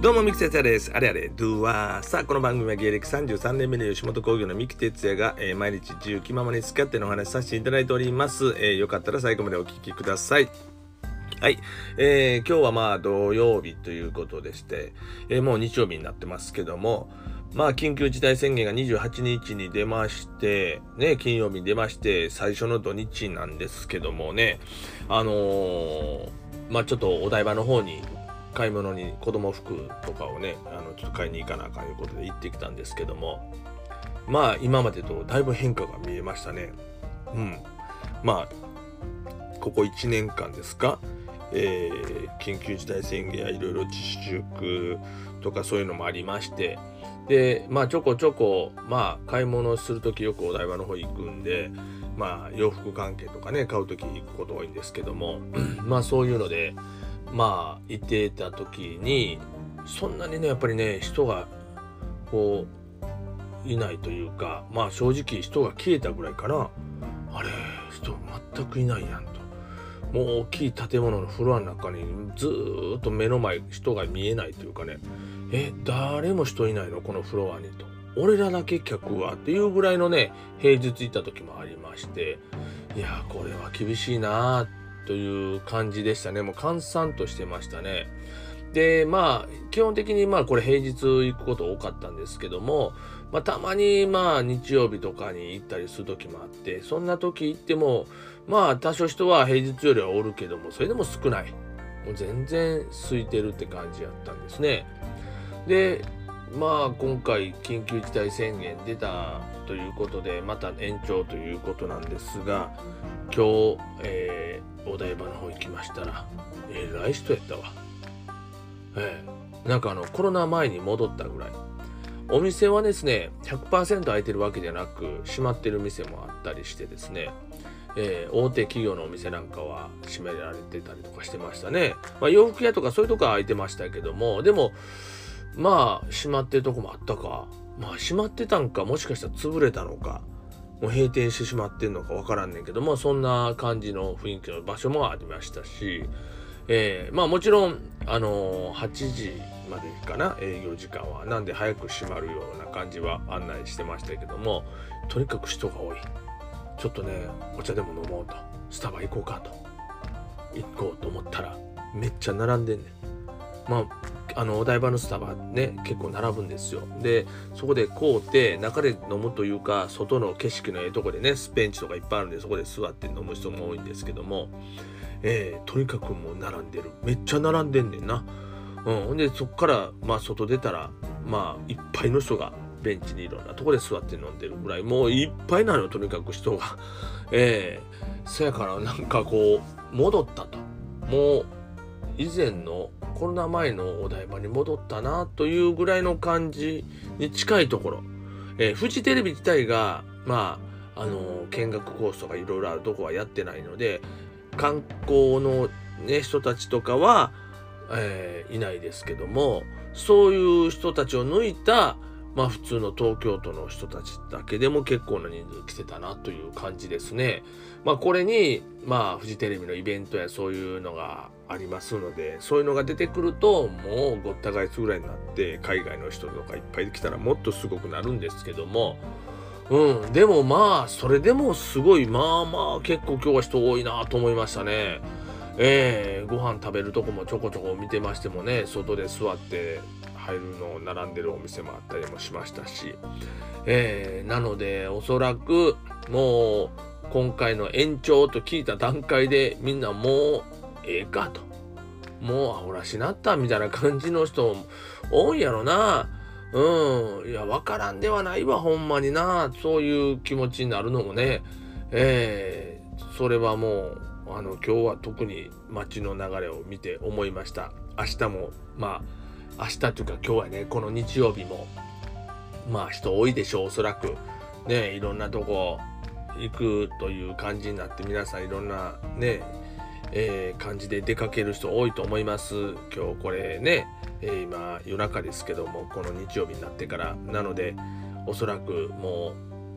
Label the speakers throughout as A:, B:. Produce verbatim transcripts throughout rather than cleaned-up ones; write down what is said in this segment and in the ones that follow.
A: どうも、三木哲也です。あれあれ、ドゥワー。さあ、この番組は芸歴さんじゅうさんねんめの吉本興業の三木哲也が、えー、毎日自由気ままに好き勝手のお話しさせていただいております。えー、よかったら最後までお聞きください。はい、えー、今日はまあ土曜日ということでして、えー、もう日曜日になってますけども、まあ緊急事態宣言がにじゅうはちにちに出まして、ね、金曜日に出まして、最初の土日なんですけどもね、あのー、まあちょっとお台場の方に買い物に子供服とかをね、あのちょっと買いに行かなあかんということで行ってきたんですけども、まあ今までとだいぶ変化が見えましたね。うん。まあここいちねんかんですか、えー、緊急事態宣言やいろいろ自粛とかそういうのもありまして、でまあちょこちょこまあ買い物するときよくお台場の方行くんで、まあ洋服関係とかね買うとき行くこと多いんですけどもまあそういうのでまあ行ってた時にそんなにねやっぱりね人がこういないというか、まあ正直人が消えたぐらいかな。あれ人全くいないやんと。もう大きい建物のフロアの中にずーっと目の前人が見えないというかね、え誰も人いないのこのフロアにと、俺らだけ客はっていうぐらいのね平日行った時もありまして、いやこれは厳しいなという感じでしたね。もう閑散としてましたね。でまあ基本的にまあこれ平日行くこと多かったんですけども、まあ、たまにまあ日曜日とかに行ったりする時もあって、そんな時行ってもまあ多少人は平日よりはおるけどもそれでも少ない、もう全然空いてるって感じやったんですね。でまあ今回緊急事態宣言出たということでまた延長ということなんですが、今日、えー、お台場の方行きましたらえらい人やったわ。ええ、なんかあのコロナ前に戻ったぐらい。お店はですね ひゃくパーセント 空いてるわけじゃなく閉まってる店もあったりしてですね、えー、大手企業のお店なんかは閉められてたりとかしてましたね。まあ、洋服屋とかそういうとこは空いてましたけども、でもまあ閉まってるとこもあったか、まあ閉まってたんか、もしかしたら潰れたのかもう閉店してしまってんのかわからんねんけども、そんな感じの雰囲気の場所もありましたし、えー、まあもちろんあのー、はちじまでかな営業時間は、なんで早く閉まるような感じは案内してましたけども、とにかく人が多い。ちょっとねお茶でも飲もうと、スタバ行こうかと行こうと思ったらめっちゃ並んでんねん。まああのお台場のスタバね結構並ぶんですよ。でそこで買うて中で飲むというか、外の景色のええとこでねベンチとかいっぱいあるんでそこで座って飲む人も多いんですけども、えー、とにかくもう並んでる、めっちゃ並んでんねんな。うん、でそっからまあ外出たらまあいっぱいの人がベンチにいろんなとこで座って飲んでるぐらいもういっぱいなのよ、とにかく人が。えー、そやからなんかこう戻ったと、もう以前のコロナ前のお台場に戻ったなというぐらいの感じに近いところ、えー、フジテレビ自体がまああのー、見学コースとかいろいろあるとこはやってないので、観光のね人たちとかは、えー、いないですけども、そういう人たちを抜いたまあ普通の東京都の人たちだけでも結構な人数来てたなという感じですね。まあこれにまあフジテレビのイベントやそういうのがありますので、そういうのが出てくるともうごった返すぐらいになって、海外の人とかいっぱい来たらもっとすごくなるんですけども、うんでもまあそれでもすごい、まあまあ結構今日は人多いなと思いましたね。えー、ご飯食べるとこもちょこちょこ見てましてもね、外で座って入るのを並んでるお店もあったりもしましたし、えー、なのでおそらくもう今回の延長と聞いた段階でみんなもうええかと、もうアホらしなったみたいな感じの人多いやろな。うんいや分からんではないわ、ほんまにな。そういう気持ちになるのもね、えー、それはもうあの今日は特に街の流れを見て思いました。明日もまあ明日というか今日はねこの日曜日もまあ人多いでしょう、おそらくね。いろんなとこ行くという感じになって、皆さんいろんなね、えー、感じで出かける人多いと思います。今日これね、えー、今夜中ですけども、この日曜日になってからなのでおそらくもう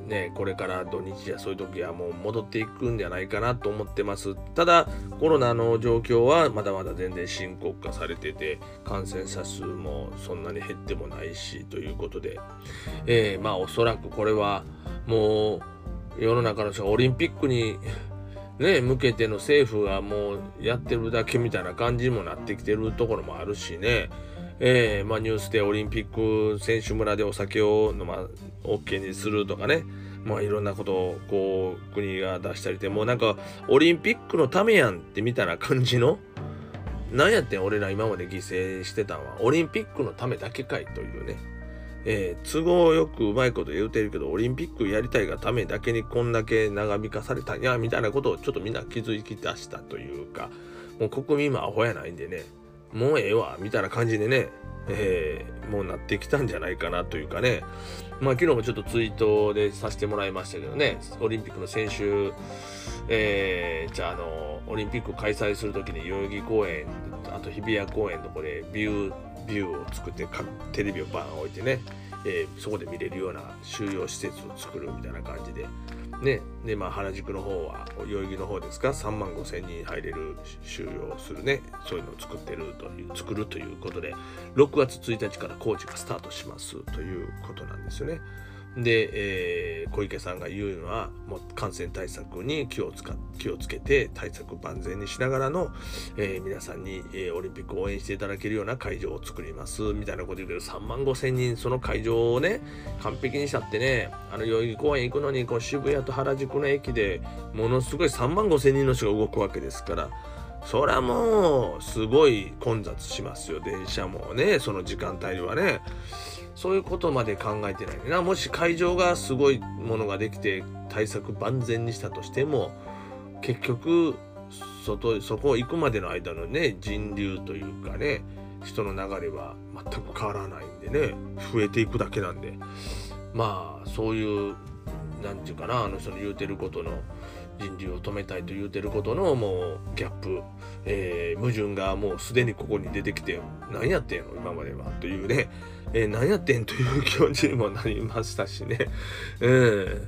A: ね、これから土日やそういう時はもう戻っていくんじゃないかなと思ってます。ただコロナの状況はまだまだ全然深刻化されてて、感染者数もそんなに減ってもないしということで、えー、まあおそらくこれはもう世の中の人がオリンピックにね、向けての政府がもうやってるだけみたいな感じにもなってきてるところもあるしね、えー、まあニュースでオリンピック選手村でお酒を飲ま OK にするとかね、まあいろんなことをこう国が出したりで、もうなんかオリンピックのためやんってみたいな感じの、なんやってん俺ら今まで犠牲してたのはオリンピックのためだけかいというね、えー、都合よくうまいこと言うてるけど、オリンピックやりたいがためだけにこんだけ長引かされたんやみたいなことをちょっとみんな気づき出したというか、もう国民もアホやないんでね、もうええわみたいな感じでね、えー、もうなってきたんじゃないかなというかね。まあ昨日もちょっとツイートでさせてもらいましたけどね、オリンピックの選手、えー、じゃああのオリンピック開催するときに代々木公園、あと日比谷公園のとこでビュービューを作ってテレビをバーン置いてね、えー、そこで見れるような収容施設を作るみたいな感じでね。でまあ原宿の方は代々木の方ですか、さんまんごせんにん入れる収容するね、そういうのを作ってるという作るということで、ろくがつついたちから工事がスタートしますということなんですよね。で、えー、小池さんが言うのは、もう感染対策に気をつか気をつけて対策万全にしながらの、えー、皆さんに、えー、オリンピックを応援していただけるような会場を作りますみたいなこと言うけど、さんまんごせんにんその会場をね完璧にしたってね、あの代々木公園行くのにこう渋谷と原宿の駅でものすごいさんまんごせんにんの人が動くわけですから、そりゃもうすごい混雑しますよ、電車もね、その時間帯はね。そういうことまで考えてないな。もし会場がすごいものができて対策万全にしたとしても、結局外そこ行くまでの間のね人流というかね、人の流れは全く変わらないんでね、増えていくだけなんで、まあそういうなんていうかな、あの人の言うてることの人流を止めたいと言うてることのもうギャップ、えー、矛盾がもうすでにここに出てきて、何やってんの今まではというね、えー、何やってんという気持ちにもなりましたしね、うん、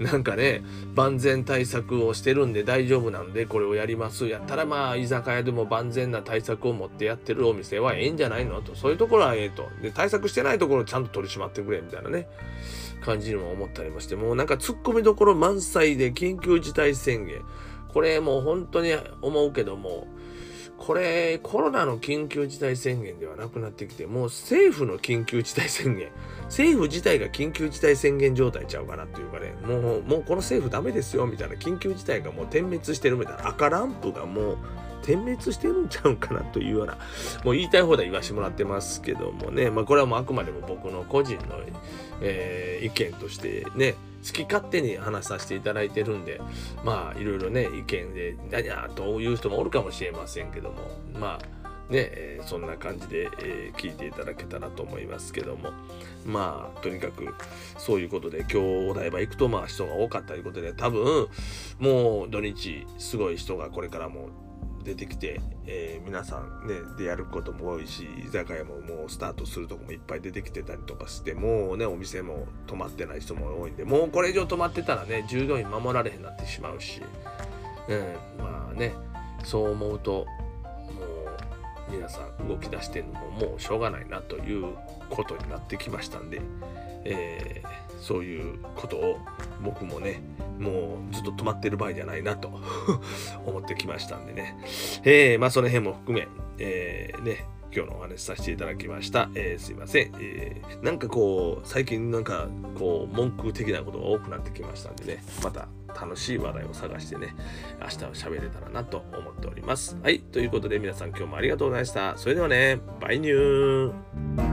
A: なんかね万全対策をしてるんで大丈夫なんでこれをやりますやったら、まあ居酒屋でも万全な対策を持ってやってるお店はええんじゃないのと、そういうところはええと、で対策してないところをちゃんと取り締まってくれみたいなね感じにも思ったりもして、もうなんか突っ込みどころ満載で緊急事態宣言、これもう本当に思うけども、これコロナの緊急事態宣言ではなくなってきて、もう政府の緊急事態宣言、政府自体が緊急事態宣言状態ちゃうかなっていうかね、もうもうこの政府ダメですよみたいな、緊急事態がもう点滅してるみたいな、赤ランプがもう点滅してるんちゃうかなというような、もう言いたい放題言わしてもらってますけどもね、まあこれはもうあくまでも僕の個人の、えー、意見としてね、好き勝手に話させていただいてるんで、まあいろいろね意見で何やという人もおるかもしれませんけども、まあね、えー、そんな感じで、えー、聞いていただけたらと思いますけども、まあとにかくそういうことで、今日お台場行くとまあ人が多かったということで、多分もう土日すごい人がこれからも出てきて、えー、皆さんねでやることも多いし、居酒屋ももうスタートするとこもいっぱい出てきてたりとかして、もうねお店も泊まってない人も多いんで、もうこれ以上泊まってたらね従業員守られへんなってしまうし、うん、まあねそう思うともう皆さん動き出してるのももうしょうがないなということになってきましたんで、えー、そういうことを僕もねもうずっと止まってる場合じゃないなと思ってきましたんでね、えー、まあその辺も含め、えー、ね今日のお話しさせていただきました、えー、すいません、えー、なんかこう最近なんかこう文句的なことが多くなってきましたんでね、また楽しい話題を探してね明日は喋れたらなと思っております。はい、ということで皆さん今日もありがとうございました。それではね、バイニュー。